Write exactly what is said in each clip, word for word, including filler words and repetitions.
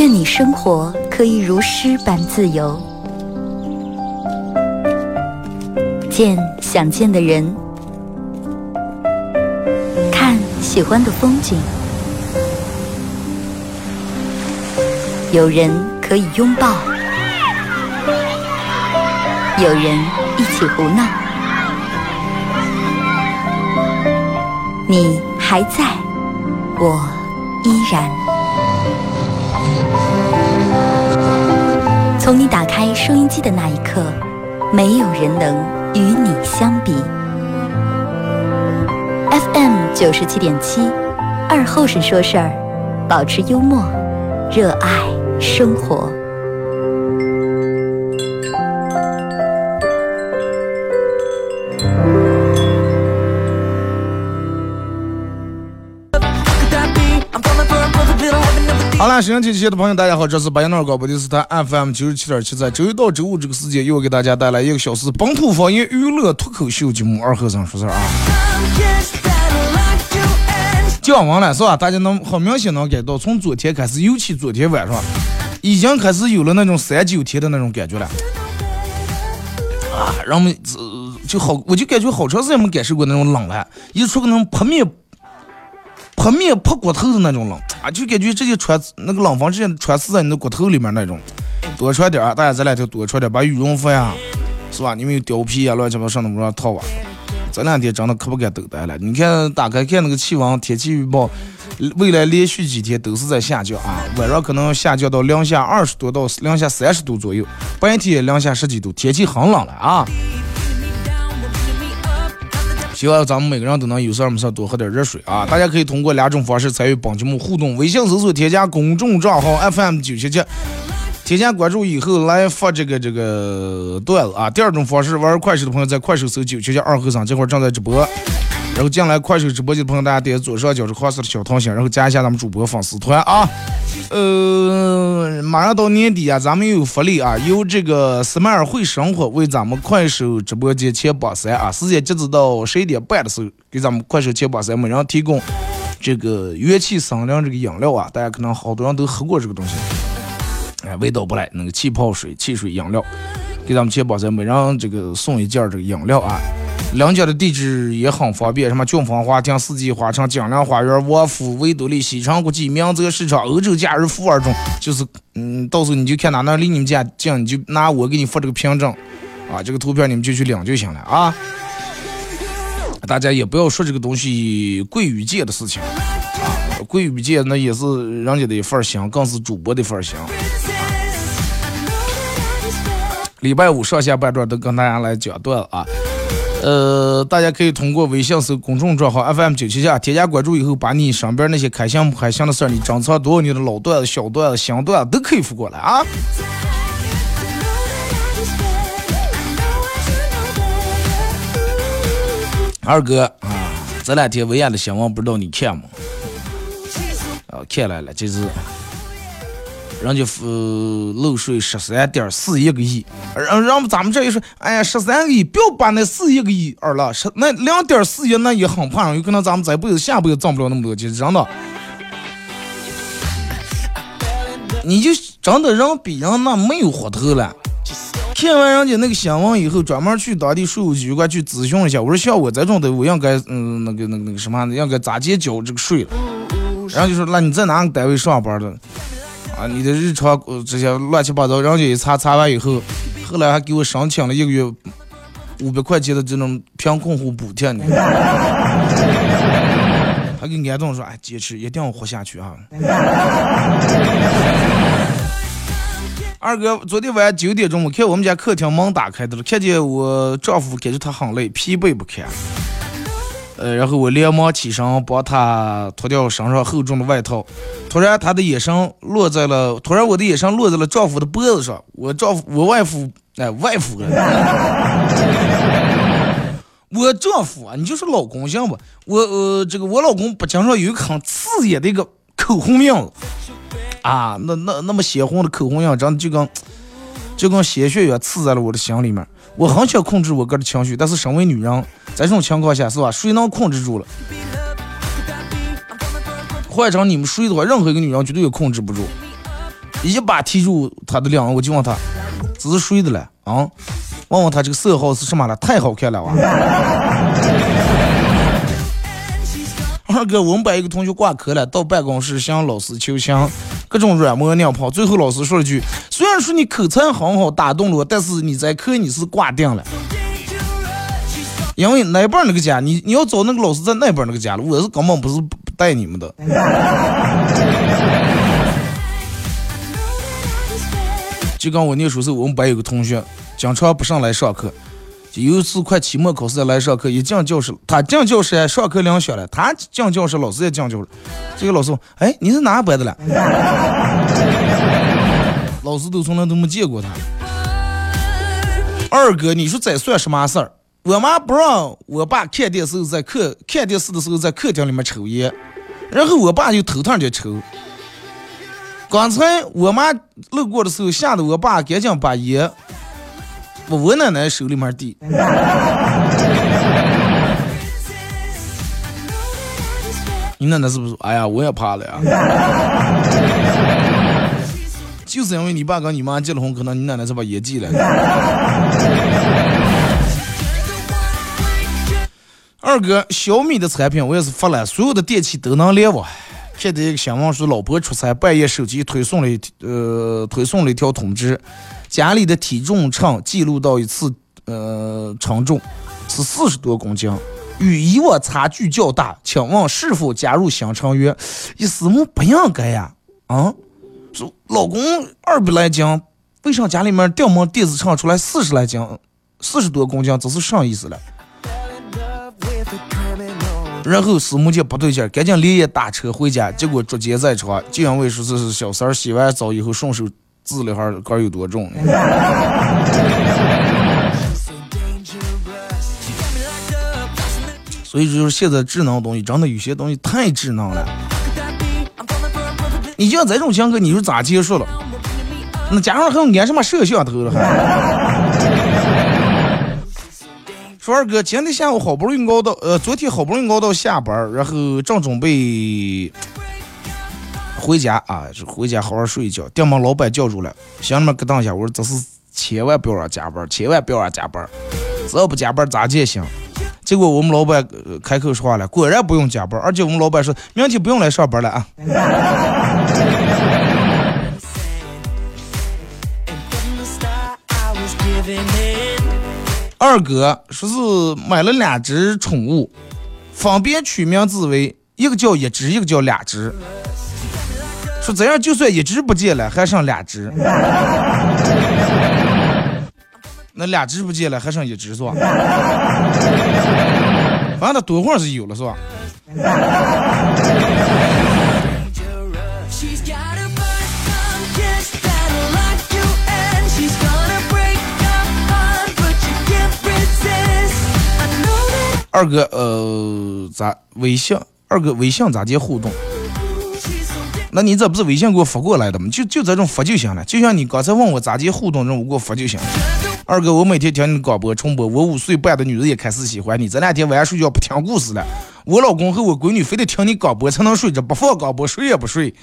愿你生活可以如诗般自由，见想见的人，看喜欢的风景。有人可以拥抱，有人一起胡闹。你还在，我依然。从你打开收音机的那一刻，没有人能与你相比。F M 九十七点七，二后生说事儿，保持幽默，热爱生活。 好了，收音机前的朋友大家好，这是白杨广播电视台 F M 九十七点七，在周一到周五这个时间又给大家带来一个小时本土方言娱乐脱口秀节目二和尚说事儿啊。讲完了是吧？大家能很明显能感到，从昨天开始，尤其昨天晚上，已经开始有了那种三九天的那种感觉了啊！然后呃就好，我就感觉好长时间没感受过那种冷了，一出个那种扑面。扑面扑骨头的那种冷啊，就感觉直接穿那个冷风直接穿死在你的骨头里面那种。多穿点啊，大家这两天多穿点，把羽绒服呀，是吧？你们有貂皮啊，乱七八糟上那么上套啊。这两天真的可不敢等待了。你看，打开看那个气温天气预报，未来连续几天都是在下降啊，晚上可能要下降到零下二十多到零下三十度左右，白天零下十几度，天气很冷了啊。希望咱们每个人都能有事没事多喝点热水啊！大家可以通过两种方式参与本节目互动：微信搜索添加公众账号 F M 九七七，添加关注以后来发这个这个段子啊。第二种方式，玩快手的朋友在快手搜九七七二和尚，这会儿正在直播，然后进来快手直播间的朋友，大家点左上角这黄色的小桃心，然后加一下咱们主播粉丝团啊。呃，马上到年底啊，咱们又有福利啊，由这个斯迈尔会生活为咱们快手直播间前榜三啊，时间截止到十一点半的时候，给咱们快手前榜三每人提供这个元气森林这个饮料啊，大家可能好多人都喝过这个东西，哎，味道不赖，那个气泡水、汽水饮料，给咱们前榜三每人这个送一件这个饮料啊。两家的地址也很方便，什么俊峰花厅、四季花城、江亮花园、王府、维多利、西城国际、明泽市场、欧洲假日富二中，就是嗯，到时候你就看哪那离你们家近，你就拿我给你发这个凭证啊，这个图片你们就去领就行了啊。大家也不要说这个东西贵与贱的事情啊，贵与贱那也是人家的一份心，更是主播的一份心。礼拜五上下半段都跟大家来讲段啊。呃，大家可以通过微信搜公众账号 F M 九七七，添加关注以后，把你身边那些开心不开心的事儿，你珍藏多少年的老段子、小段子、新段子都可以发过来啊。二哥啊，这两天维亚的新闻不知道你看吗？啊，看来了，这是人家呃漏税十三点四一个亿，然后咱们这一说，哎呀，十三个亿，不要把那四一个亿二了，那两点四亿那也很怕，有可能咱们这辈子下辈子挣不了那么多钱，真的。你就真的人比人那没有活头了。看完人家那个新闻以后，专门去当地税务局过去咨询一下，我说像我这种的，我应该嗯那个那个那个什么，应该咋接交这个税了？然后就说，那你在哪个单位上班的？啊，你的日常、呃、这些乱七八糟，人家一查查完以后，后来还给我申请了一个月五百块钱的这种贫困户补贴呢。还给安动说，哎，坚持一定要活下去啊！二哥，昨天晚上九点钟，我看我们家客厅门打开的了，看见我丈夫感觉他很累，疲惫不堪。呃，然后我连忙起身帮他脱掉身上厚重的外套，突然他的眼神落在了，突然我的眼神落在了丈夫的脖子上。我丈夫，我外父，哎，外父了，我丈夫啊，你就说老公行吧？我呃，这个我老公脖颈上有一个很刺眼的一个口红印子啊，那那那么鲜红的口红印，真的就跟就跟鲜血一样刺在了我的心里面。我很想控制我哥的情绪，但是身为女人，在这种情况下是吧？谁能控制住了？换成你们谁的话，任何一个女人绝对也控制不住。 一把踢住他的脸，我就问他这是谁的了啊？问问他这个色号是什么了？太好看了哇！二哥，我们班一个同学挂科了，到办公室向老师求情，各种软磨硬泡，最后老师说了句：“虽然说你口才很好，打动了我，但是你在课你是挂定了。”因为那边那个家，你你要找那个老师在那边那个家了，我是根本不是带你们的。就跟我念书时候，我们班有个同学经常不上来上课，就有一次快期末考试来上课，一进教室，他进教室上课铃响了，他进教室，老师也进教室。这个老师说：“哎，你是哪班的了？”老师都从来都没见过他。二哥，你说这算什么事儿？我妈不让我爸看电视在客看电视的时候在客厅里面抽烟，然后我爸就头疼就抽。刚才我妈路过的时候，吓得我爸赶紧把烟往我奶奶手里面递。你奶奶是不是？哎呀，我也怕了呀。就是因为你爸跟你妈结了婚，可能你奶奶才把烟寄来。二哥，小米的产品我也是发了，所有的电器都能连网。看到一个新闻说，老婆出差半夜手机推送了一呃推送了一条通知，家里的体重秤记录到一次呃称重是四十多公斤，与以往差距较大，请问是否加入新成员？一丝么不应该呀！啊，说老公二百来斤，为啥家里面掉么电子秤出来四十来斤，四十多公斤，这是啥意思了？然后师母见不对劲，赶紧连夜打车回家，结果捉奸在床，就因为说这是小三儿洗完澡以后顺手治了哈肝有多重。所以就是现在智能的东西真的有些东西太智能了。你像这种情况，你说咋结束了？那加上还有安什么摄像头了还？说二哥，今天下午好不容易熬到，呃，昨天好不容易熬到下班，然后正准备回家啊，就回家好好睡一觉。电门老板叫住了，想你们咯噔一下，我说这是千万不要让加班，千万不要让加班，只要不加班咋也行。结果我们老板、呃、开口说话了，果然不用加班，而且我们老板说明天不用来上班了啊。二哥说是买了两只宠物，分别取名字为一个叫一只，一个叫两只。说这样就算一只不见了，还剩两只。那两只不见了，还剩一只是吧？反正他多会儿是有了是吧？二哥，呃，咋微信？二哥微信咋接互动？那你这不是微信给我发过来的吗？就就这种发就行了。就像你刚才问我咋接互动，让我给我发就行了。二哥，我每天听你的广播重播，我五岁半的女儿也开始喜欢你。这两天晚上睡觉不听故事了，我老公和我闺女非得听你广播才能睡着，不放广播睡也不睡。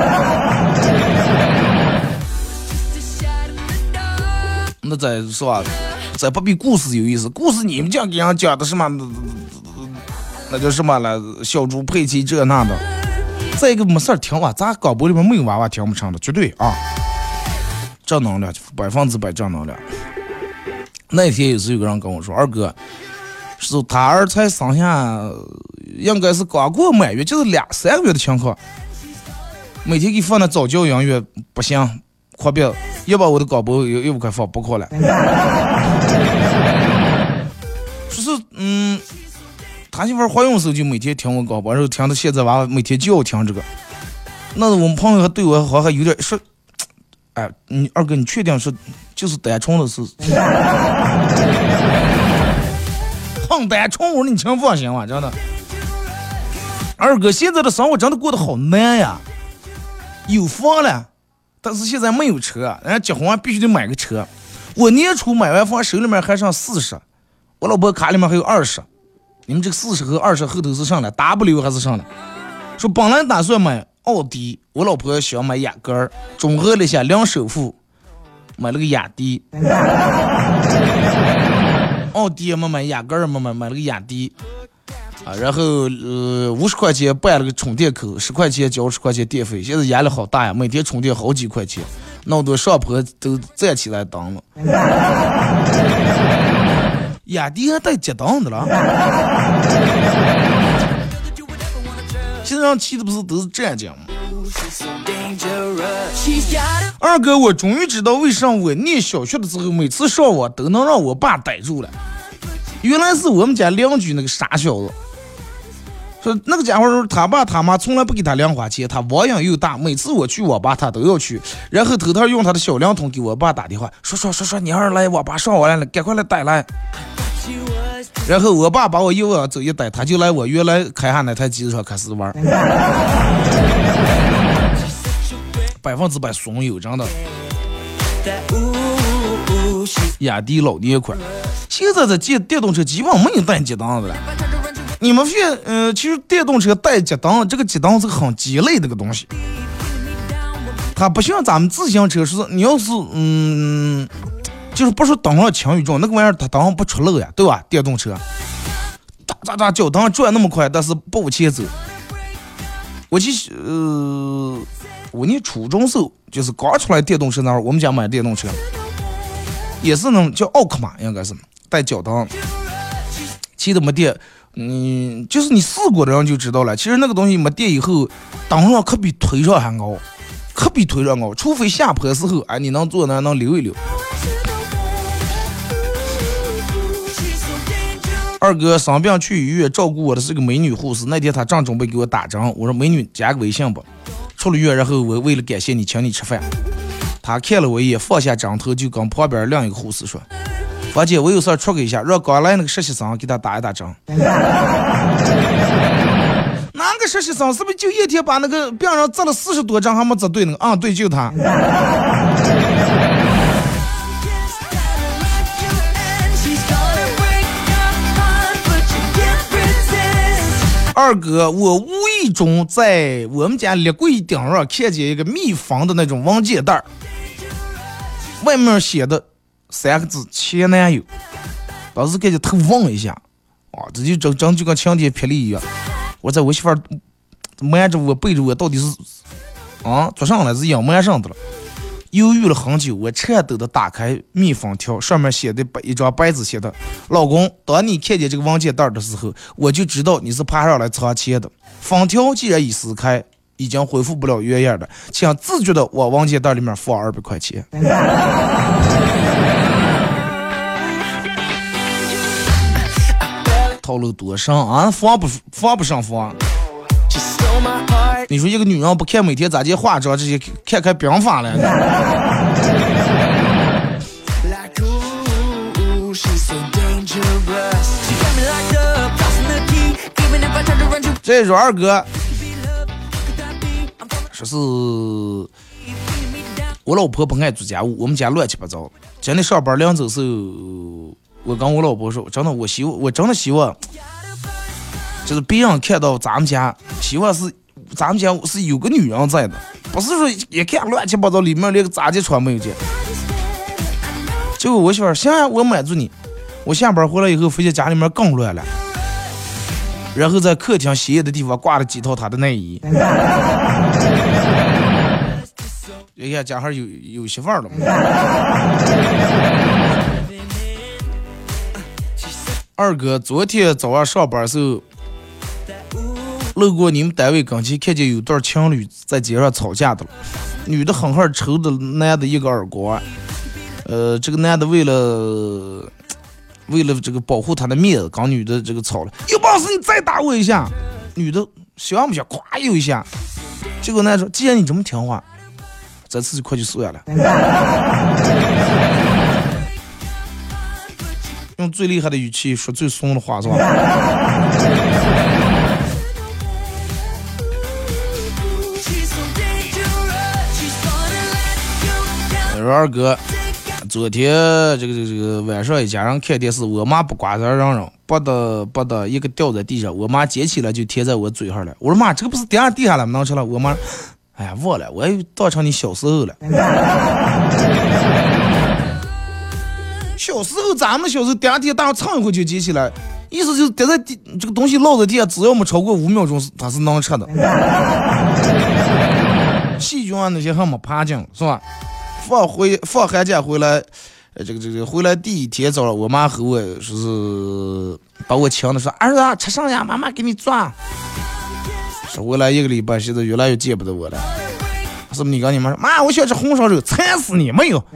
那再说。这不比故事有意思？故事你们讲给人讲的什么？那叫什么了？小猪佩奇这那的。再一个没事儿听啊，咱广播里面没有娃娃听不上的，绝对啊，正能量，百分之百正能量。那天也是有个人跟我说，二哥，是他儿才生下，应该是刚过满月，就是两三个月的情况。每天给放那早教音乐不行，快别。要把我的广播又又不快放不快了。说是嗯，他媳妇怀孕的时候就每天听我广播，然后听到现在娃娃每天就要听这个。那我们朋友还对我好像有点说，哎，你二哥你确定是就是单纯的是？碰单纯我你请放心吧，真的。二哥现在的生活真的过得好难呀，有房了。但是现在没有车，人家结婚必须得买个车。我年初买完房，手里面还剩四十，我老婆卡里面还有二十。你们这个四十和二十后头是上了 W 还是上了？说本来打算买奥迪，我老婆想买雅阁儿，综合了一下两首付，买了个雅迪。奥迪也没买，雅阁儿也没买，买了个雅迪。啊，然后呃五十块钱办了个充电口，十块钱交十块钱电费，现在压力好大呀，每天充电好几块钱，弄得上坡都站起来当了。雅迪还带接档的了，现在让骑的不是都是这样讲吗？二哥，我终于知道为啥我念小学的时候，每次上网都能让我爸逮住了，原来是我们家邻居那个傻小子。说那个家伙说他爸他妈从来不给他零花钱，他网瘾又大，每次我去网吧他都要去，然后偷偷用他的小灵通给我爸打电话，说说说说你儿来网吧上网来了，赶快来逮来。然后我爸把我一往走一逮，他就来我原来开下那台机子上开始玩，百分之百怂有真的。雅迪老年款，现在的电电动车基本没有带接档的了。你们发现，呃，其实电动车带接档，这个接档是很鸡肋的个东西。它不像咱们自行车是，你要是嗯，就是不说档上轻与重，那个玩意儿它档上不出漏呀，对吧？电动车，哒哒哒，脚档转那么快，但是不往前走。我记呃，我念初中时候，就是刚出来电动车那会儿，我们家买电动车，也是那种叫奥克玛，应该是带脚档，骑的没电。嗯，就是你试过的人就知道了。其实那个东西没电以后，档上可比腿上还高，可比腿上高。除非下坡时候，哎，你能坐那能溜一溜。二哥生病去医院照顾我的是个美女护士，那天她正准备给我打针，我说美女加个微信吧。出了院，然后我为了感谢你，请你吃饭。她看了我一眼，放下针头，就跟旁边另一个护士说。王姐，我有事出去一下，让刚来那个实习生给他打一打针。哪个实习生是不是就一天把那个病人扎了四十多针还没扎对那个？啊、嗯，对，就他。二哥，我无意中在我们家立柜顶上看见一个密封的那种文件袋，外面写的。三个字前男友，当时感觉头嗡一下，啊，这就整整就跟晴天霹雳一样。我在我媳妇儿瞒着我背着我，到底是啊做上来是隐瞒上的了。犹豫了很久，我颤抖的打开密封条，上面写的一张白纸写的：老公，当你看见这个文件袋的时候，我就知道你是爬上来藏钱的。封条既然已撕开，已经恢复不了原样的，请自觉的往文件袋里面放二百块钱。套路多深啊，防不防不上防。你说一个女人不看每天咋接化妆这些，看看兵法了。这说二哥说是我老婆不爱做家务，我们家乱七八糟。今天上班临走时候，我跟我老婆说，真的，我希望，我真的希望，就是别人看到咱们家，希望是咱们家是有个女人在的，不是说一看乱七八糟，里面连个杂技床没有见。结果我媳妇行啊，我满足你。我下班回来以后，发现家里面更乱了，然后在客厅洗衣的地方挂了几套她的内衣。人家家还有有媳妇儿了吗？二哥，昨天早上上班的时候，路过你们单位跟前，看见有对情侣在街上吵架的了。女的狠狠抽的男的一个耳光，呃，这个男的为了为了这个保护他的面子，跟女的这个吵了，有本事你再打我一下。女的想不想咵又一下，结果男的说，既然你这么听话，这次就快去算了。用最厉害的语气说最松的话是吧？二哥，昨天这个这个这个晚上一家人看电视，我妈不瓜子让让， 拔的拔的一个掉在地上，我妈捡起来就贴在我嘴上了。我说妈，这个不是掉地下了吗？能吃了？我妈，哎呀，忘了，我又当成你小时候了。小时候咱们小时候掉地下，大家蹭一会就捡起来，意思就是掉在地这个东西落在地下，只要没超过五秒钟，它是能吃的。细菌啊那些还没爬进，是吧？放回放寒假回来。呃，这个这个回来第一天早上，我妈和我说是把我抢的说儿子啊，吃上呀，妈妈给你做。说回来一个礼拜，现在越来越见不得我了。是不是你跟你妈说，妈，我想吃红烧肉，馋死你没有？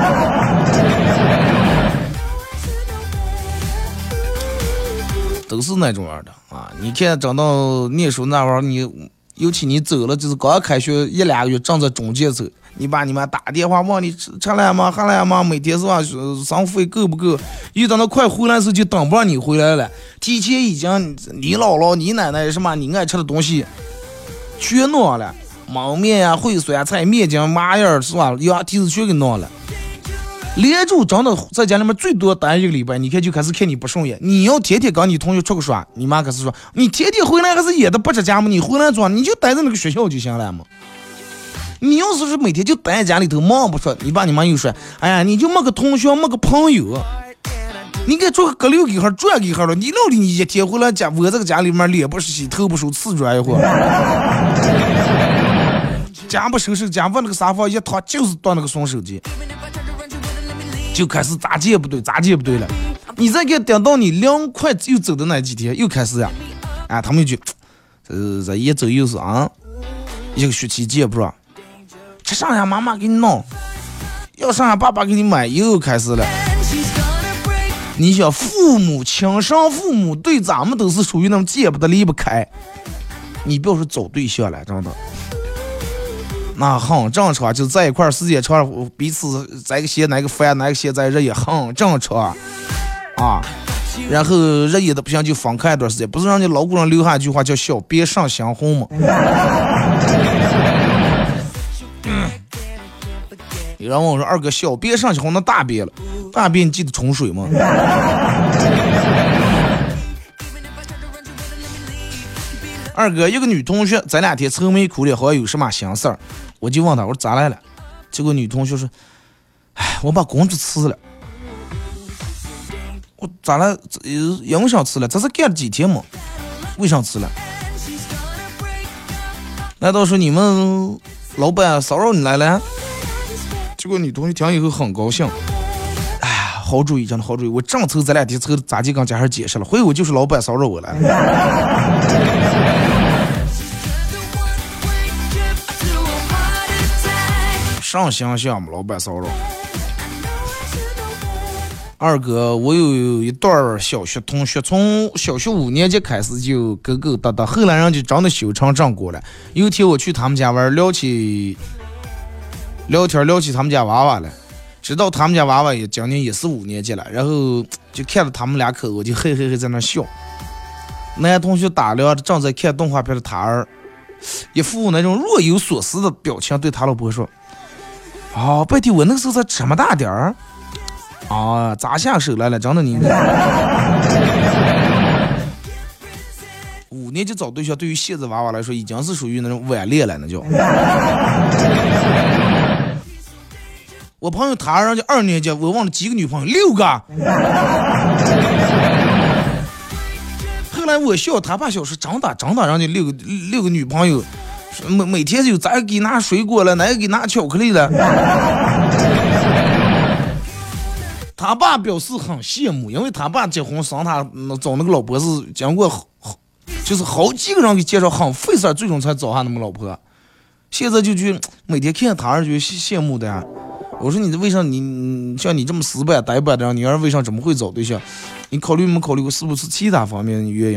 都是那种样的啊！你看，长到念书那会儿，你尤其你走了，就是刚开学一两个月，正在中间走。你爸你妈打电话问你吃吃了吗？喝了吗？每天是吧？生活费够不够？一等到快回来的时候，就等不让你回来了。提前已经你姥姥、你奶奶什么你爱吃的东西全弄了，焖面呀、烩酸菜、面筋、麻叶是吧？羊蹄子全给弄了。连住真的在家里面最多待一个礼拜，你看就开始看你不顺眼。你要天天跟你同学出个耍，你妈可是说你天天回来还是也的不着家嘛？你回来做你就待在那个学校就行了嘛。你要是每天就待在家里头忙不出，你爸你妈又说，哎呀，你就没个同学没个朋友，你给做个隔六给号转给号了，你老的你一天回来家我这个家里面脸不是洗头不梳瓷砖一会儿，家不收拾家往那个沙发一躺就是端那个双手机，就开始咋接不对咋接不对了。你再给等到你凉快又走的那几天又开始呀，啊，他们就这这一走又是啊，一个学期接不上。吃上呀，妈妈给你弄；要上呀，爸爸给你买。又开始了。你想，父母亲生父母对咱们都是属于那种见不得离不开。你不要说找对象了，真的。那很正常，就在一块儿时间长，彼此在个嫌哪个烦，哪个嫌在热也很正常啊。然后热也的不行就分开一段时间，不是让你老古人留下一句话叫小别胜新婚吗？有人问我说：“二哥，小便上去后那大便了，大便你记得冲水吗？”二哥，一个女同学咱俩天愁眉苦脸，好像有什么心事儿，我就问她，我说咋来了？结果女同学说：“哎，我把工资辞了。”我咋了？因为啥辞了？这是干了几天嘛？为啥辞了？难道说你们老板骚扰你来了？结果女同学听以后很高兴，哎呀，好主意，真的好主意！我正愁咱俩天愁咋就跟家人解释了，回我就是老板骚扰我了。上乡下嘛，老板骚扰。二哥，我有一段小学同学，从小学五年级开始就勾勾搭搭，后来人就真的修成正果了。有一天我去他们家玩，聊起聊天聊起他们家娃娃了，知道他们家娃娃也今年也是五年级了，然后就看着他们俩口，我就嘿嘿嘿在那笑。男同学打量着正在看动画片的他儿，一副那种若有所思的表情，对他老婆说：“哦，白弟，我那个时候才这么大点儿。”啊，咋下手来了？真的你五年级找对象，对于现在娃娃来说，已经是属于那种晚恋了，那叫。我朋友他人家二年级，我忘了几个女朋友，六个。后来我笑他爸笑说：“长大长大，人家六个六个女朋友，每每天就咋给拿水果了，哪个给拿巧克力了。”他爸表示很羡慕，因为他爸结婚生他找那个老婆是经过好，就是好几个人给介绍，很费事，最终才找下那么老婆。现在就去每天看他儿就羡慕的呀。我说你为啥你像你这么死板呆板的，你儿为啥怎么会找对象？你考虑没考虑过是不是其他方面的原因？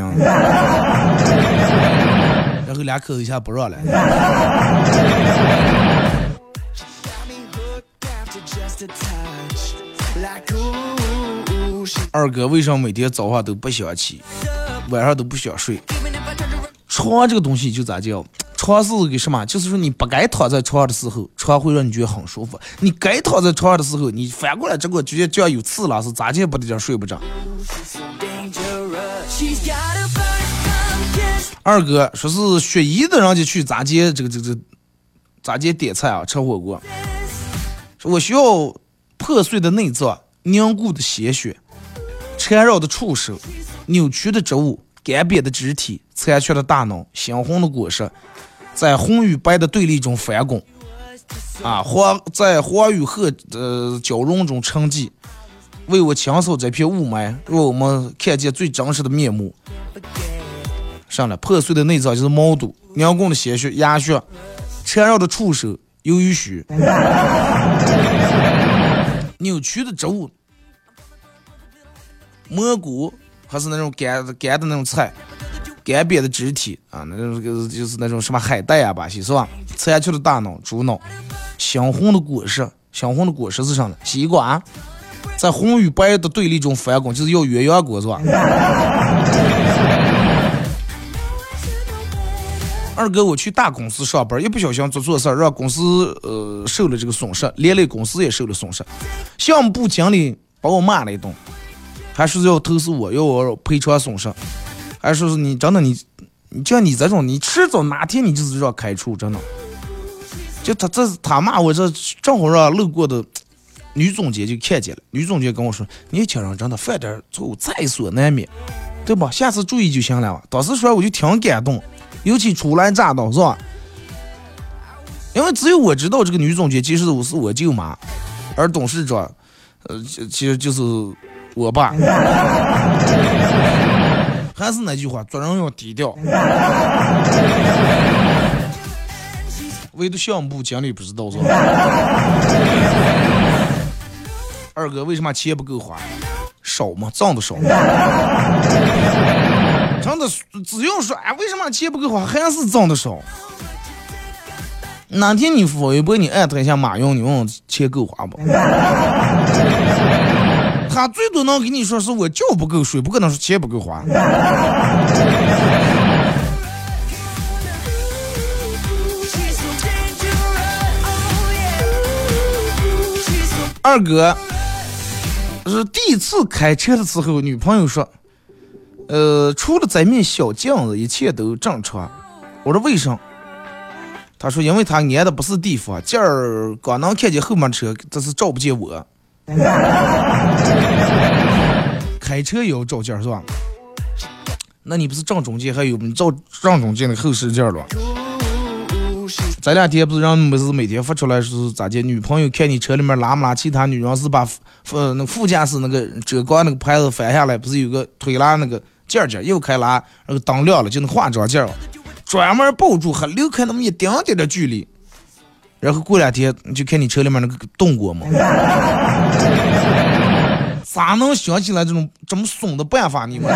然后俩口一下不让了。二哥为什么每天早上都不想起，晚上都不想睡？床这个东西就咋叫？床是个什么？就是说你不该躺在床上的时候，床会让你觉得很舒服；你该躺在床上的时候，你反过来这个觉得就要有刺了，是咋见不得这睡不着。 二哥说是学医的人就去咋接这个这个咋接点菜啊，吃火锅。说我需要破碎的内脏、凝固的鲜血、缠绕的触手、扭曲的植物、干瘪的肢体、残缺的大脑、鲜红的果实，在红与白的对立中翻滚，啊，黄在黄与褐的交融中沉寂，为我清扫这片雾霾，让我们看见最真实的面目。上来，破碎的内脏就是毛肚，凝固的鲜血、鸭血，缠绕的触手、鱿鱼须，扭曲的植物，蘑菇，还是那种干干的那种菜，干瘪的肢体啊，那种就是那种什么海带啊吧，是吧？残缺的大脑、猪脑，鲜红的果实，鲜红的果实是上的西瓜，在红与白的对立中翻滚，就是要鸳鸯果是吧？二哥，我去大公司上班，一不小心做错事儿，让公司呃受了这个损失，连累公司也受了损失。项目部经理把我骂了一顿，还说要投诉我，要我赔偿损失，还说是你真的你，你像你这种，你迟早哪天你就是让开除，真的。就他这他骂我这，正好让路过的女总监就看见了，女总监跟我说：“年轻人真的犯点错误在所难免，对吧？下次注意就行了。”当时说我就挺感动。尤其初来乍到是吧？因为只有我知道这个女总监其实我是我舅妈，而董事长，呃，其实就是我爸。还是那句话，做人要低调。唯独项目部经理不知道是吧？二哥为什么钱不够花？少吗？挣的少。真的只用说哎，为什么钱不够花，还是挣的少？哪天你发微博，你艾特一下马云，你问我钱够花不？他最多能给你说是我觉不够睡，不可能说钱不够花。二哥是第一次开车的时候，女朋友说。呃，除了这面小镜子，一切都正常。我说为什么？他说因为他按的不是地方，这儿刚能看见后面车，这是照不见我。开车也要照镜是吧？那你不是正中间，还有你照正中间的后视镜了？这两天不是让不是每天发出来是咋的？女朋友看你车里面拉不拉其他女人是把呃那副驾驶那个遮光那个牌子翻下来，不是有个推拉那个件件又开拉，那个灯亮了就能化妆件了，专门抱住还留开那么一点点的距离，然后过两天就看你车里面那个动过吗？咋能想起来这种这么怂的办法你们？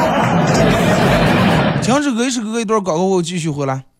停止隔一时隔一段广告后继续回来。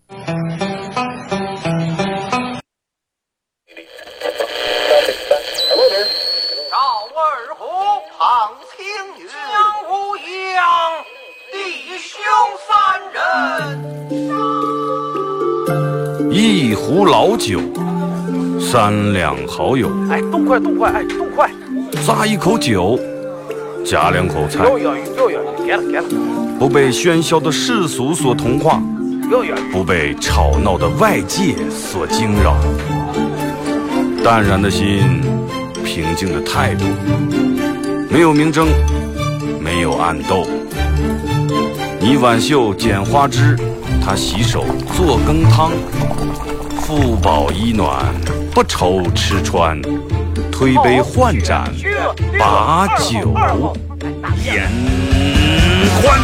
一壶老酒，三两好友。 哎，动快动快，哎，动快！ 咂一口酒，夹两口菜。 又要又要，给了给了。 不被喧嚣的世俗所同化， 又要不被吵闹的外界所惊扰。淡然的心，平静的态度，没有明争，没有暗斗。你挽袖剪花枝，他洗手做羹汤，腹饱衣暖，不愁吃穿，推杯换盏，把酒言欢。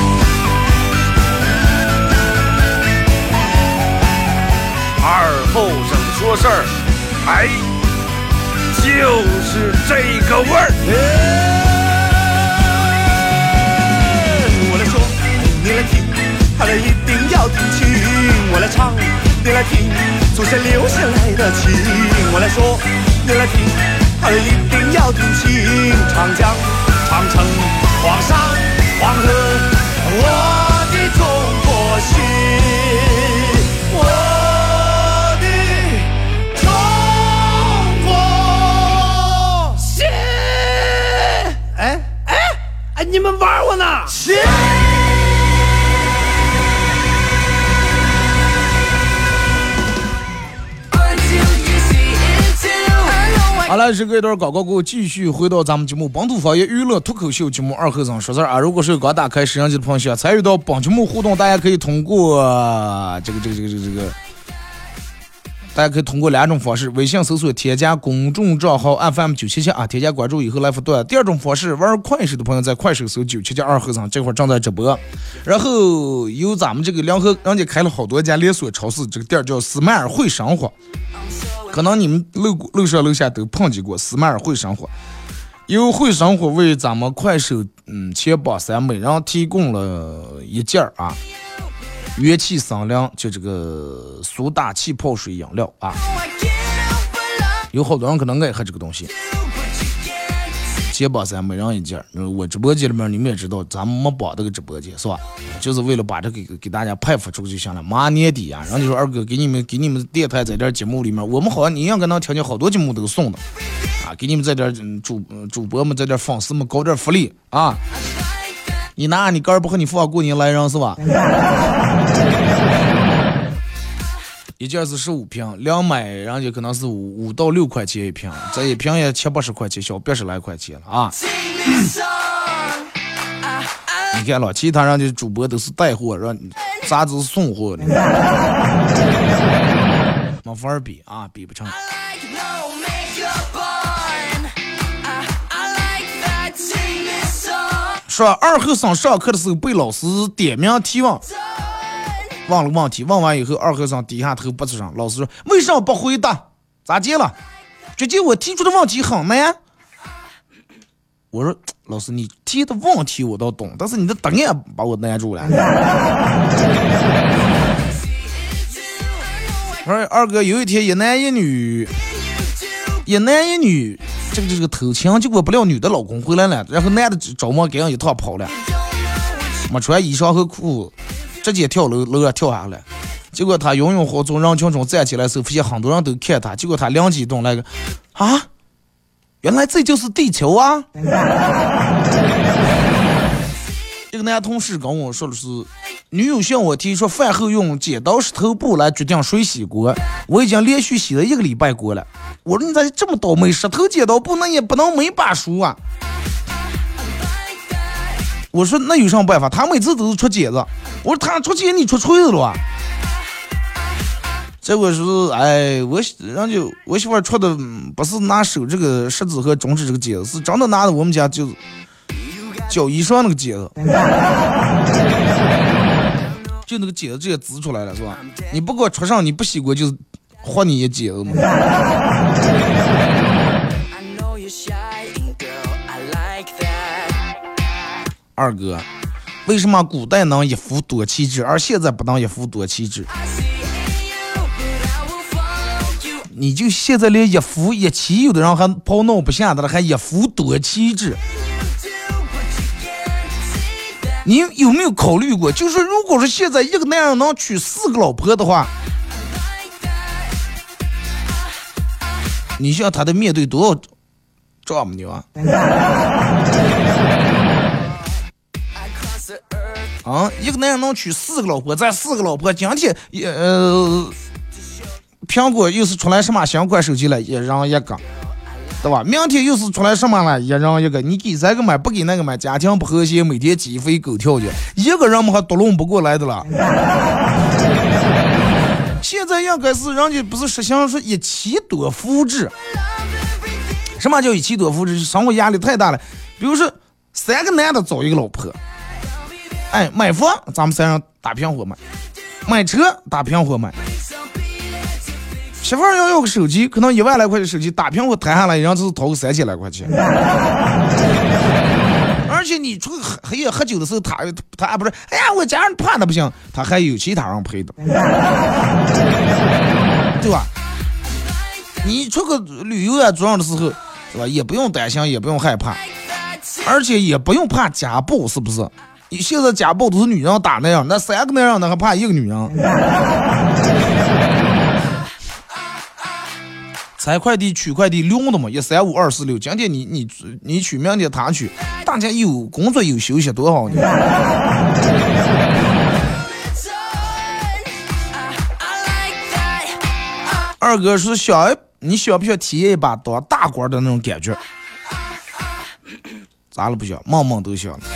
二后生说事儿，哎，就是这个味儿。 我来说，你来听，好了一定要听清。我来唱，你来听，祖先留下来的情。我来说，你来听，好了一定要听清。长江、长城、黄山、黄河，我的中国心，我的中国心。哎哎哎，你们玩我呢？心。 好了，这个一段广告过后，继续回到咱们节目本土方言娱乐脱口秀节目二和尚说事儿啊。如果是刚打开摄像机的朋友，想参与到本节目互动，大家可以通过这个这个这个这个这个，大家可以通过两种方式：微信搜索添加公众账号 F M 九七七啊，添加关注以后来互动。第二种方式，玩快手的朋友在快手搜九七七二和尚，这会儿正在直播。然后有咱们这个联合，人家开了好多家连锁超市，这个店叫斯迈尔会生活。可能你们路路上楼下都碰见过斯迈尔会生活，由会生活为咱们快手嗯前榜三每人提供了一件啊元气森林，就这个苏打气泡水饮料啊，有好多人可能爱喝这个东西。前榜三每人一件，我直播间里面你们也知道，咱们没绑这个直播间是吧？就是为了把这个给给大家派发出去就行了。马年底啊，然后你说二哥给你们给你们电台在这节目里面，我们好像你应该能听见好多节目都送的啊，给你们在这主主播们在这粉丝们搞点福利啊。你拿你干不和你父过年来人是吧？一件是十五瓶，两买人家可能是五五到六块钱一瓶，这一瓶也七八十块钱，小八十来块钱了啊！你看了，其他人家主播都是带货，让啥子是送货的，没法儿比啊，比不成。说二和尚上课的时候被老师点名提问。问了问题，问完以后，二和尚低下头不吱声。老师说：“为什么不回答？咋接了？只见我提出的问题很难。”我说：“老师，你提的问题我倒懂，但是你的答案把我难住了。”我说：“二哥，有一天一男一女，一男一女，这个这个偷情，结果不料女的老公回来了，然后男的找么给人一套跑了，没穿衣裳和裤。”直接跳楼楼上跳下来，结果他拥拥活从人群中站起来的时候，发现很多人都看他，结果他灵机一动来个啊，原来这就是地球啊！这个男同事跟我说的是，女友向我提出饭后用剪刀石头布来决定谁洗锅，我已经连续洗了一个礼拜锅了。我说你咋这么倒霉，石头剪刀布那也不能没把书啊！我说那有什么办法？他每次都是出剪子。我说他出剪，你出锤子了啊？结果是哎，我人家我媳妇出的不是拿手这个食指和中指这个剪子，是真的拿的我们家就是脚衣上那个剪子，就那个剪子直接指出来了是吧？你不给我出上，你不洗锅就是划你一剪子嘛。二哥，为什么古代能一夫多妻制，而现在不能一夫多妻制？你就现在连一夫一妻，有的人还跑闹不下的了，还一夫多妻制。你有没有考虑过，就是如果是现在一个男人能娶四个老婆的话，你想他得面对多少丈母娘啊？一个男人能娶四个老婆，咱四个老婆今天也呃，苹果又是出来什么新款手机了，一人一个，对吧？明天又是出来什么了，一人一个，你给这个买不给那个买，家庭不和谐，每天鸡飞狗跳的，一个人们还独拢不过来的了。现在应该是人家不是实行说一妻多夫制。什么叫一妻多夫制？生活压力太大了。比如说三个男的找一个老婆，哎，买房咱们三人打平伙买，买车打平伙买，媳妇儿要要个手机，可能一万来块的手机打平伙谈下来，然后就是掏个三千来块钱。而且你出黑夜喝酒的时候，他他不是，哎呀，我家人怕的不行，他还有其他人陪的，对吧？你出个旅游啊，这样的时候，是吧？也不用担心，也不用害怕，而且也不用怕家暴，是不是？你现在家暴都是女人打那样，那三个男人呢还怕一个女人？拆快递取快递溜的嘛，一三五二四六，今天你你你取，明天他取，大家有工作有休息多好呢。二哥是小你想不想体验一把当大官的那种感觉？咋了不想？梦梦都想。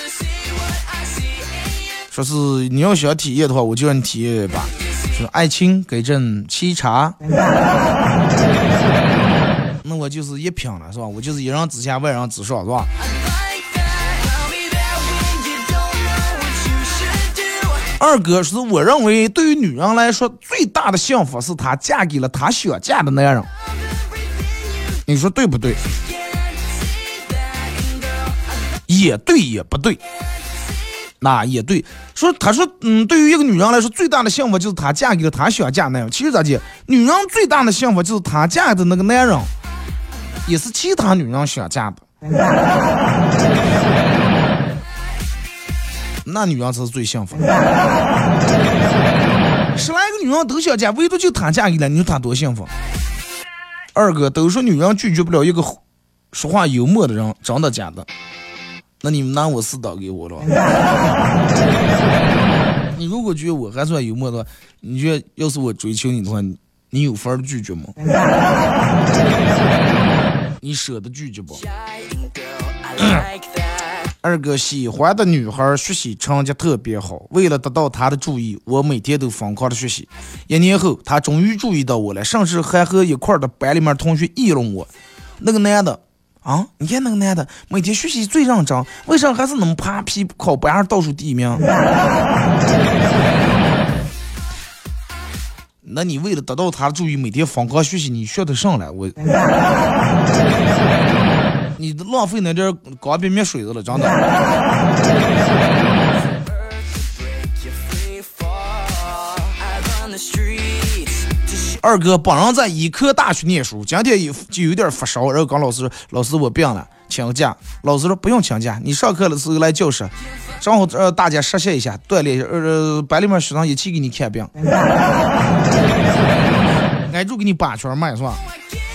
说是你要想体验的话，我就让你体验一把。说爱卿给朕沏茶，那我就是一品了，是吧？我就是一人之下，万人之上，是吧？二哥是我认为对于女人来说最大的幸福是她嫁给了她想嫁的男人，你说对不对？也对也不对，那也对。说他说嗯，对于一个女人来说最大的幸福就是她嫁给了她想嫁的男人。其实咋讲，女人最大的幸福就是她嫁的那个男人也是其他女人想嫁的，那女人才是最幸福的。十来个女人都想嫁，唯独就她嫁给了，你说她多幸福？二哥都说女人拒绝不了一个说话幽默的人，真的假的？那你们拿我四刀给我了。你如果觉得我还算幽默的话，你觉得要是我追求你的话，你有法拒绝吗？你舍得拒绝不？二哥喜欢的女孩学习成绩特别好，为了得到她的注意，我每天都疯狂的学习。一年后，她终于注意到我了，甚至还和一块的班里面同学议论我。那个男的啊，你看那个男的每天学习最认真，为啥还是能爬皮考班上倒数第一名？那你为了得到他的注意，每天疯狂学习，你学得上来？我，你浪费那点钢笔灭水子了，真的。二哥本人在医科大学念书，今天有就有点发烧，然后跟老师说：“老师，我病了，请假。”老师说：“不用请假，你上课的时候来教室，正好呃大家实习一下，锻炼一下，呃班里面学生一起给你看病，挨住给你把圈卖是吧？”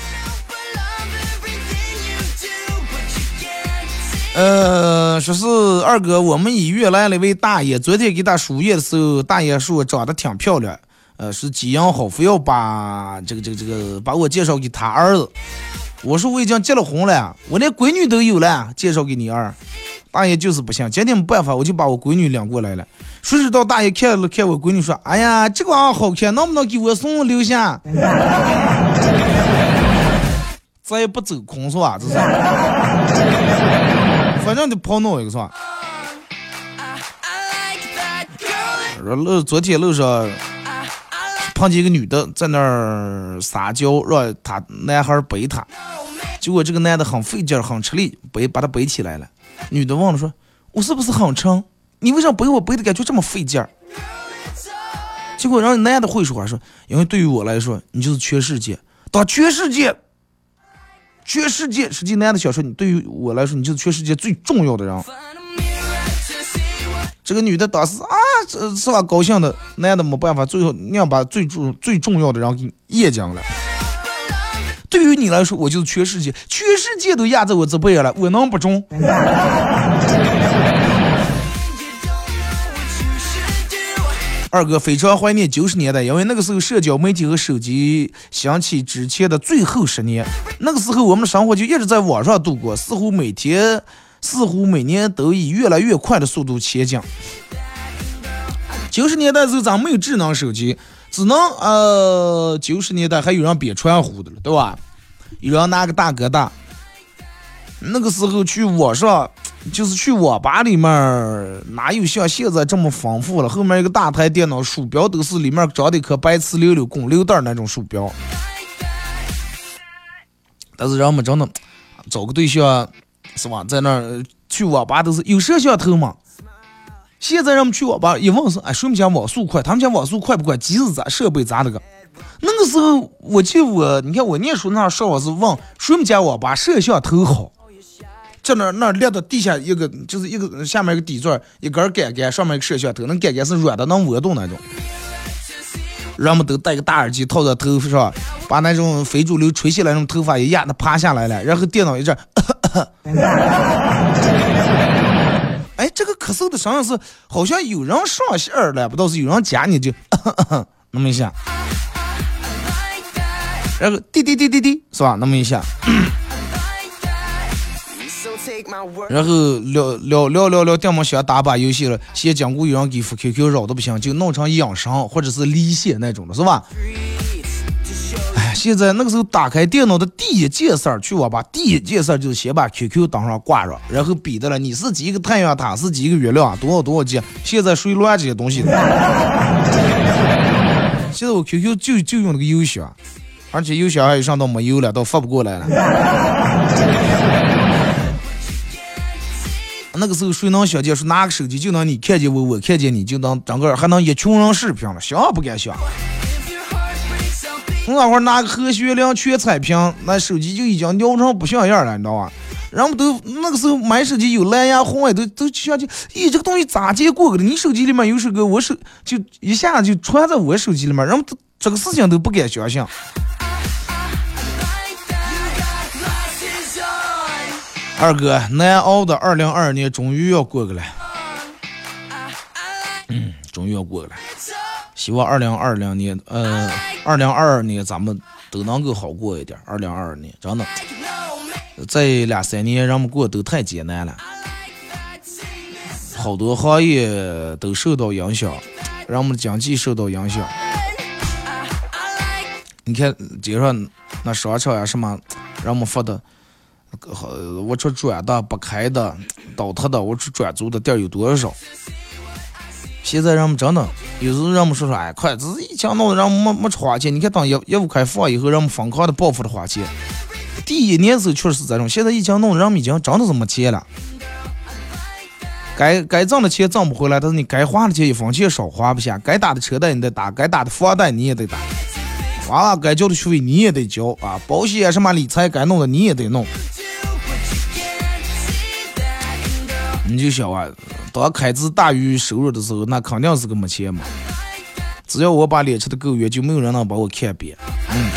呃，说是二哥，我们医院来了一位大爷，昨天给他输液的时候，大爷说长得挺漂亮。呃，是基因好，非要把这个这个这个把我介绍给他儿子。我说我已经结了婚了，我连闺女都有了，介绍给你儿。大爷就是不行，今天没办法，我就把我闺女领过来了。谁知道大爷看了看我闺女说：“哎呀，这个娃好看，能不能给我送留下？”咱也不走空是吧？这是，反正得跑弄一个是吧？路昨天路上。碰见一个女的在那儿撒娇，让他男孩背她，结果这个男的很费劲很吃力背把她背起来了。女的问了说：“我是不是很撑？你为什么背我背的感觉这么费劲？”结果让男的会说话说：“因为对于我来说，你就是全世界，当全世界，全世界。实际男的想说，你对于我来说，你就是全世界最重要的人。”这个女的当时啊，这是吧高兴的，男的没办法，最后你要把最重最重要的人给噎讲了。对于你来说，我就是全世界，全世界都压在我这背上了，我能不中？二哥非常怀念九十年代，因为那个时候社交媒体和手机响起之前的最后十年，那个时候我们的生活就一直在网上度过，似乎每天。似乎每年都以越来越快的速度前进。九十年代的时候，咱没有智能手机，只能呃，九十年代还有人编传呼的了，对吧？有人拿个大哥大。那个时候去网上，就是去网吧里面，哪有像现在这么丰富了？后面一个大台电脑，鼠标都是里面装的一颗白瓷溜溜滚溜蛋那种鼠标。但是人们真的找个对象。是吧？在那儿去网吧都是有摄像头嘛？现在人们去网吧一问是，哎，谁们家网速快？他们家网速快不快？机子咋设备咋的个？那个时候我记得我，你看我念书那时候我是问谁们家网吧摄像头好？在那那列到地下一个就是一个下面一个底座，一根杆杆，上面一个摄像头，那杆杆是软的，能握动那种。人们都戴个大耳机套在头上，把那种非主流垂下来那种头发一压，它趴下来了，然后电脑一阵。哎，这个咳嗽的声音是好像有人上线了，不知道是有人夹你就那么一下。 然后滴滴滴滴滴，是吧？那么一下，然后聊聊聊聊聊，电门想打把游戏了，先讲过有人给付 Q Q 绕的不行，就弄成养生或者是离线那种的，是吧？哎，现在那个时候打开电脑的第一件事儿，去网吧第一件事儿就是先把 Q Q 当上挂着，然后比的了，你是几个太阳塔，是几个月亮，多少多少 G， 现在谁乱这些东西的？现在我 Q Q 就就用那个邮箱，而且邮箱还有上到没有了，都发不过来了。那个时候谁能想见说拿个手机就能你看见我，我看见你就能整个还能一群人视频了，想也不敢想。我那会儿拿个和学良全彩屏，那手机就已经扭成不像样了，你知道吧？人们都那个时候买手机有蓝牙红外都都想起，咦，这个东西咋接过的？你手机里面有首歌，我手就一下就传在我手机里面，人们都这个事情都不敢想象。二哥，难熬的二零二二年终于要过去了，嗯，终于要过去了。希望二零二零年，呃，二零二二年咱们都能够好过一点。二零二二年真的，这两三年人们过得都太艰难了，好多行业都受到影响，让我们经济受到影响。你看街上那商场呀什么，让我们发的。我说转的不开的倒塌的，我说转租的店有多少？现在人们真的有时候人们说说，哎，快，这是一枪弄的，让我们没没花钱。你看当业业务开放以后，人们疯狂的报复的花钱。第一年时候确实是这种，现在一枪弄的，人们已经真的是没钱了。该该挣的钱挣不回来，但是你该花的钱一分钱少花不下，该打的车贷你得打，该打的房贷你也得打，完了该交的学费你也得交啊，保险什么理财该弄的你也得弄。你就想啊，当开支大于收入的时候，那肯定是个没钱嘛。只要我把脸吃的够圆，就没有人能把我看扁。嗯，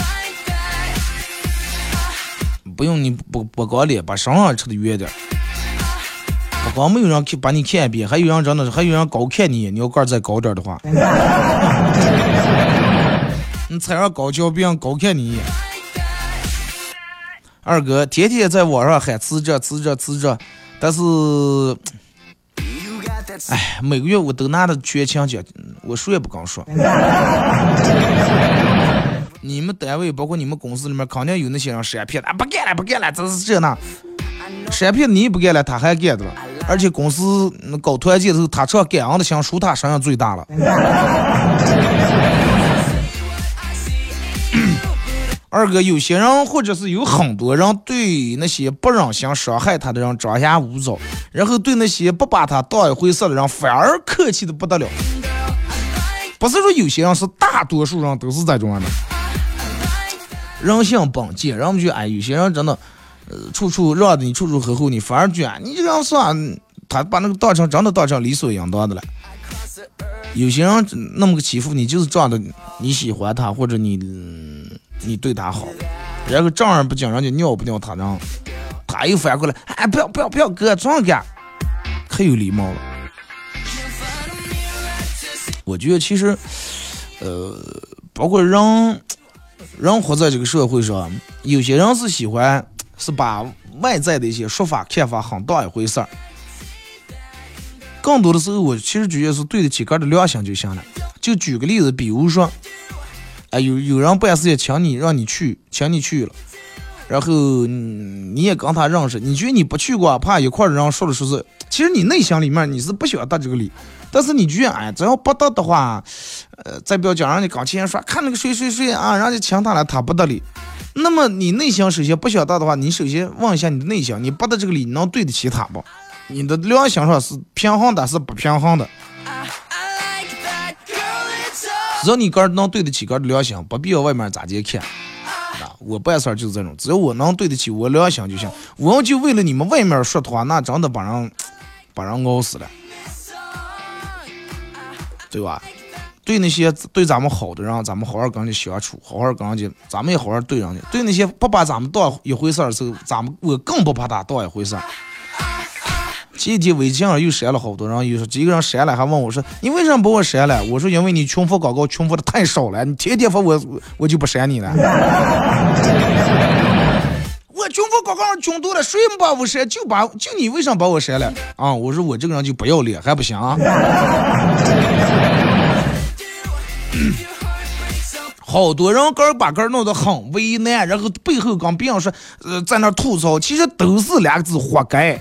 不用你不不光脸，把身上吃的圆点。不光没有人把你看扁，还有人真的还有人高看你，你要个再高点的话，你踩上高跷，别人高看你。二哥天天在网上喊辞职辞职辞职。但是，哎，每个月我都拿的全勤奖，我说也不敢说。你们单位包括你们公司里面，肯定有那些人闪骗的，啊，不干了不干了，这是这那。闪骗你也不干了，他还干的了。而且公司搞团建的时候，他这干昂的想输他身上最大了。二哥，有些人或者是有很多人对那些不忍心伤害他的人张牙舞爪，然后对那些不把他当一回事的人反而客气的不得了。不是说有些人，是大多数人都是这种人的。人性本贱，人们就哎，有些人真的，呃，处处让着你，处处呵护你，反而觉得你这样算，他把那个当成真的当成理所应当的了。有些人那么个欺负你，就是仗着你喜欢他，或者你。你对他好，然后正儿不讲人家尿不尿他，然后他又反过来，哎，不要不要不要哥，这样干，可有礼貌了。我觉得其实，呃，包括人人活在这个社会上，有些人是喜欢是把外在的一些说法看法很当一回事儿，更多的时候我其实觉得是对得起个人的良心就行了。就举个例子，比如说。哎，有有人办事情请你，让你去，请你去了，然后你也跟他认识，你觉得你不去过，怕一块的人说的说是，其实你内心里面你是不喜欢得这个理，但是你觉得哎，只要不得的话，呃，再不要讲让你刚前说看那个谁谁谁啊，让你请他了，他不得理，那么你内心首先不想得的话，你首先问一下你的内心，你不得这个理，你能对得起他不？你的良心上是平衡的，是不平衡的。只要你个人能对得起个人的良心，不必要外面咋接看啊！我办事就是这种，只要我能对得起我良心就行。我要就为了你们外面说的话，那真的把人把人熬死了，对吧？对那些对咱们好的人，咱们好好跟人家相处，好好跟人家，咱们也好好对人家。对那些不把咱们当一回事的时候，咱们我更不把他当一回事。 前几天微信上又删了好多，然后有说几个人删了，还问我说你为什么把我删了？我说因为你群发广告群发的太少了，你天天发我我就不删你了。我群发广告群多了，谁没把我删？就把就你为啥把我删了啊？我说我这个人就不要脸还不行啊。好多人个把个弄得很为难，然后背后跟别人说，呃，在那吐槽，其实都是两个字：活该。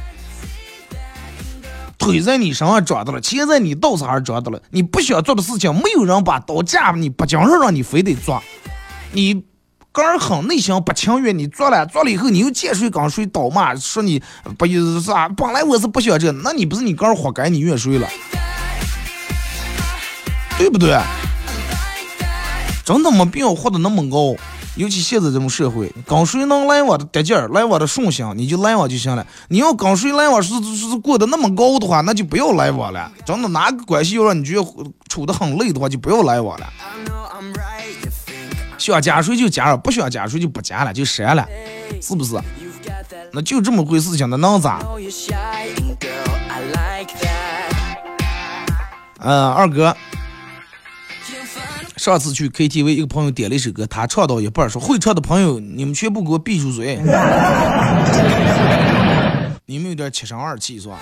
腿在你身上长的了，钱在你肚子上长的了，你不想做的事情，没有人把刀架你，不讲让让你非得做，你个人很内心不情愿，你做了做了以后，你又见谁跟谁倒骂，说你不是啥，本来我是不想这，那你不是你个人活该，你怨谁了？对不对？真的没必要活得那么高，尤其现在这种社会，跟谁能来我的得劲儿，来我的顺心，你就来我就行了。你要跟谁来我是是过得那么高的话，那就不要来我了。真的哪个关系要让你觉得处得很累的话，就不要来我了。想加谁就加了，不想加谁就不加了，就删了，是不是？那就这么回事情，那能咋？嗯，二哥。上次去 K T V， 一个朋友点了一首歌，他唱到一半说：“会唱的朋友，你们全部给我闭住嘴！”你们有点七声二气是吧？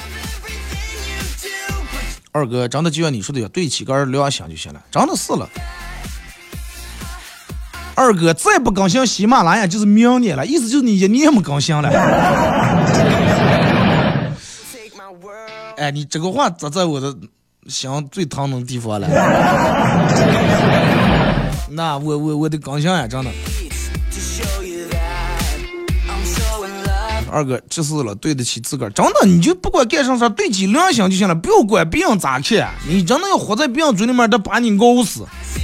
二哥，真的就像你说的，对起杆聊想就行了，真的是了。二哥再不更新喜马拉雅就是明年了，意思就是你一年没更新了。哎，你这个话咋在我的想最疼的地方了？那我我我得刚想呀，真的。二哥这是了，对得起自个儿，真的，你就不管干啥啥，对起良心就行了，不要管别人咋看，你真的要活在别人嘴里面，他把你熬死。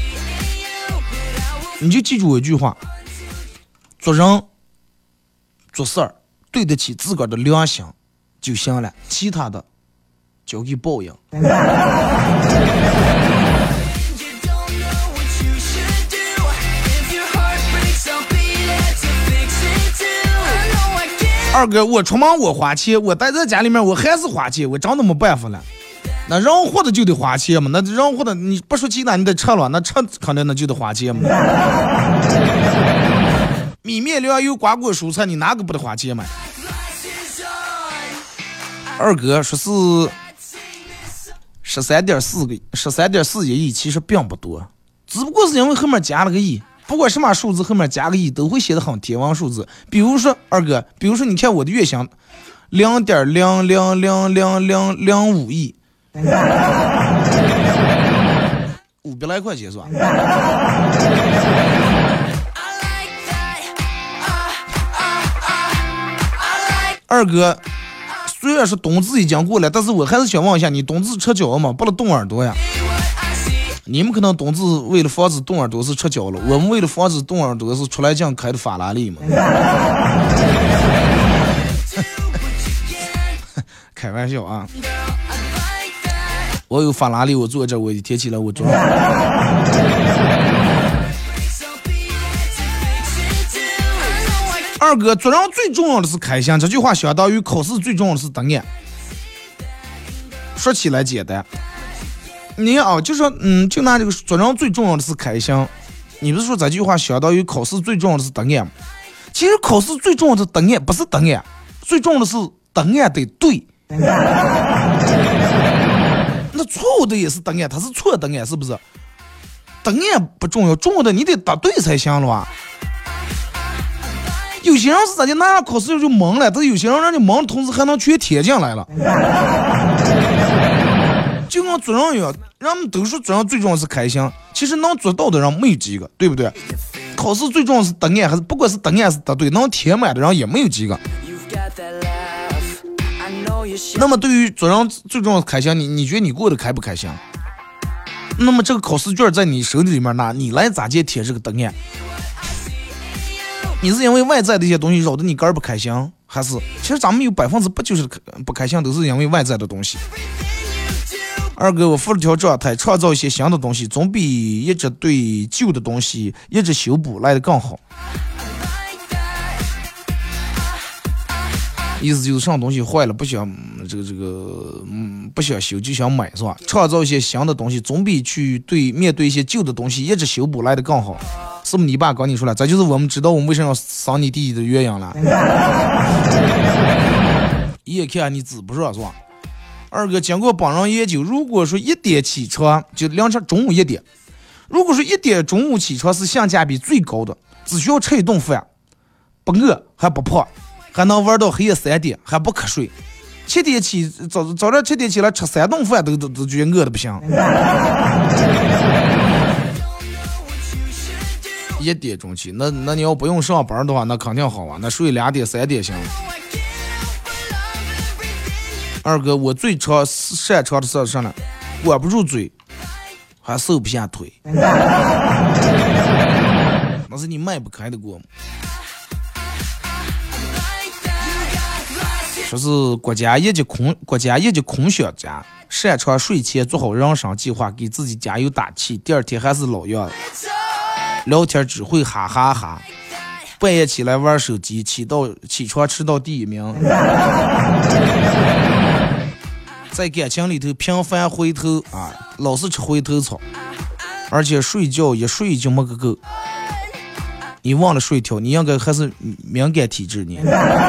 你就记住一句话：做人做事儿对得起自个儿的良心就行了，其他的交给报应。二哥，我出门我花钱，我待在家里面我还是花钱，我真的没办法了。那人活的就得花钱嘛，那人活的你不说其他你得吃了，那吃肯定那就得花钱嘛。米面料油瓜果蔬菜，你哪个不得花钱嘛？二哥说是十三点四个十三点四亿，其实并不多，只不过是因为后面加了个亿。不管什么数字后面加个亿，都会写的很天文数字。比如说二哥，比如说你看我的月薪零点零零零零零零五亿，五百来块钱是吧？二哥，虽然是冬至已经过了，但是我还是想问一下，你冬至吃饺子吗？不能冻耳朵呀。你们可能冬至为了防止冻耳朵是吃饺了，我们为了防止冻耳朵是出来酱开的法拉利嘛。开玩笑啊！我有法拉利，我坐这我一贴起来我装。二哥，做人最重要的是开心，这句话相当于考试最重要的是答案。说起来简单。你啊，就说，嗯，就拿这个做人最重要的是开心。你不是说这句话相当于考试最重要的是答案吗？其实考试最重要的答案不是答案，最重要的是答案得对。那错误的也是答案，它是错答案，是不是？答案不重要，重要的你得答对才行了吧？有些人是咋的，拿考试就懵了，但是有些人让你懵的同时还能全填进来了。就跟做人一样，人们都说做人最重要是开心，其实能做到的人没有几个，对不对？考试最重要是答案，还是不管是答案还是答对，能填满的人也没有几个。那么对于做人最重要的开心，你你觉得你过得开不开心？那么这个考试卷在你手里面拿，你来咋接填这个答案？你是因为外在的一些东西扰得你个人不开心，还是其实咱们有百分之八九十不开心都是因为外在的东西？二哥，我付了条状态，创造一些新的东西，总比一直对旧的东西一直修补来的更好。 意思就是上东西坏了不想这个这个嗯不想修就想买是吧？创造一些新的东西，总比去对面对一些旧的东西一直修补来的更好。是不是你爸跟你说了？这就是我们知道我们为什么要赏你弟弟的原因了。一眼看你指不上是吧？二哥经过本人研究，如果说一点起床就凌晨中午一点，如果说一点中午起床是性价比最高的，只需要吃一顿饭，不饿还不胖，还能玩到黑夜三点，还不瞌睡。七点起早早上七点起来吃三顿饭都都都觉得饿的不行。一点钟起，那那你要不用上班的话，那肯定好啊，那睡两点三点行。二哥，我最常擅长的事是呢，管不住嘴，还瘦不下腿，那是你迈不开的过吗？说是国家一级空国家一级空想家，擅长睡前做好人生计划，给自己加油打气，第二天还是老样，聊天只会哈哈哈，半夜起来玩手机，起到起床吃到第一名。在感情里头频繁回头啊，老是吃回头草，而且睡觉一睡就没个够。你忘了睡觉，你应该还是敏感体质你。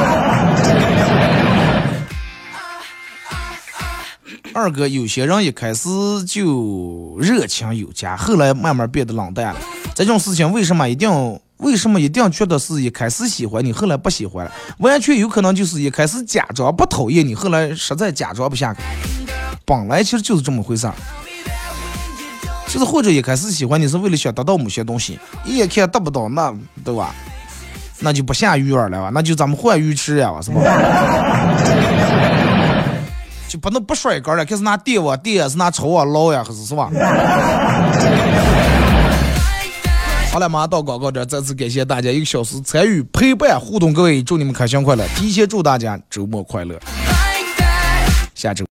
二哥，有些人一开始就热情有加，后来慢慢变得冷淡了。这种事情为什么一定为什么一定觉得是一开始喜欢你，后来不喜欢了？完全有可能就是一开始假装不讨厌你，后来实在假装不下去。本来其实就是这么回事儿，就是或者一开始喜欢你是为了想得到某些东西，一眼看得不到，那对吧？那就不下鱼饵了吧？那就咱们换鱼吃呀，是吧？就不能不甩杆了，开始拿电网电，是拿抽啊捞呀，还是是吧？好了，马上到广告这儿，再次感谢大家一个小时参与陪伴互动，各位祝你们开心快乐，提前祝大家周末快乐，下周。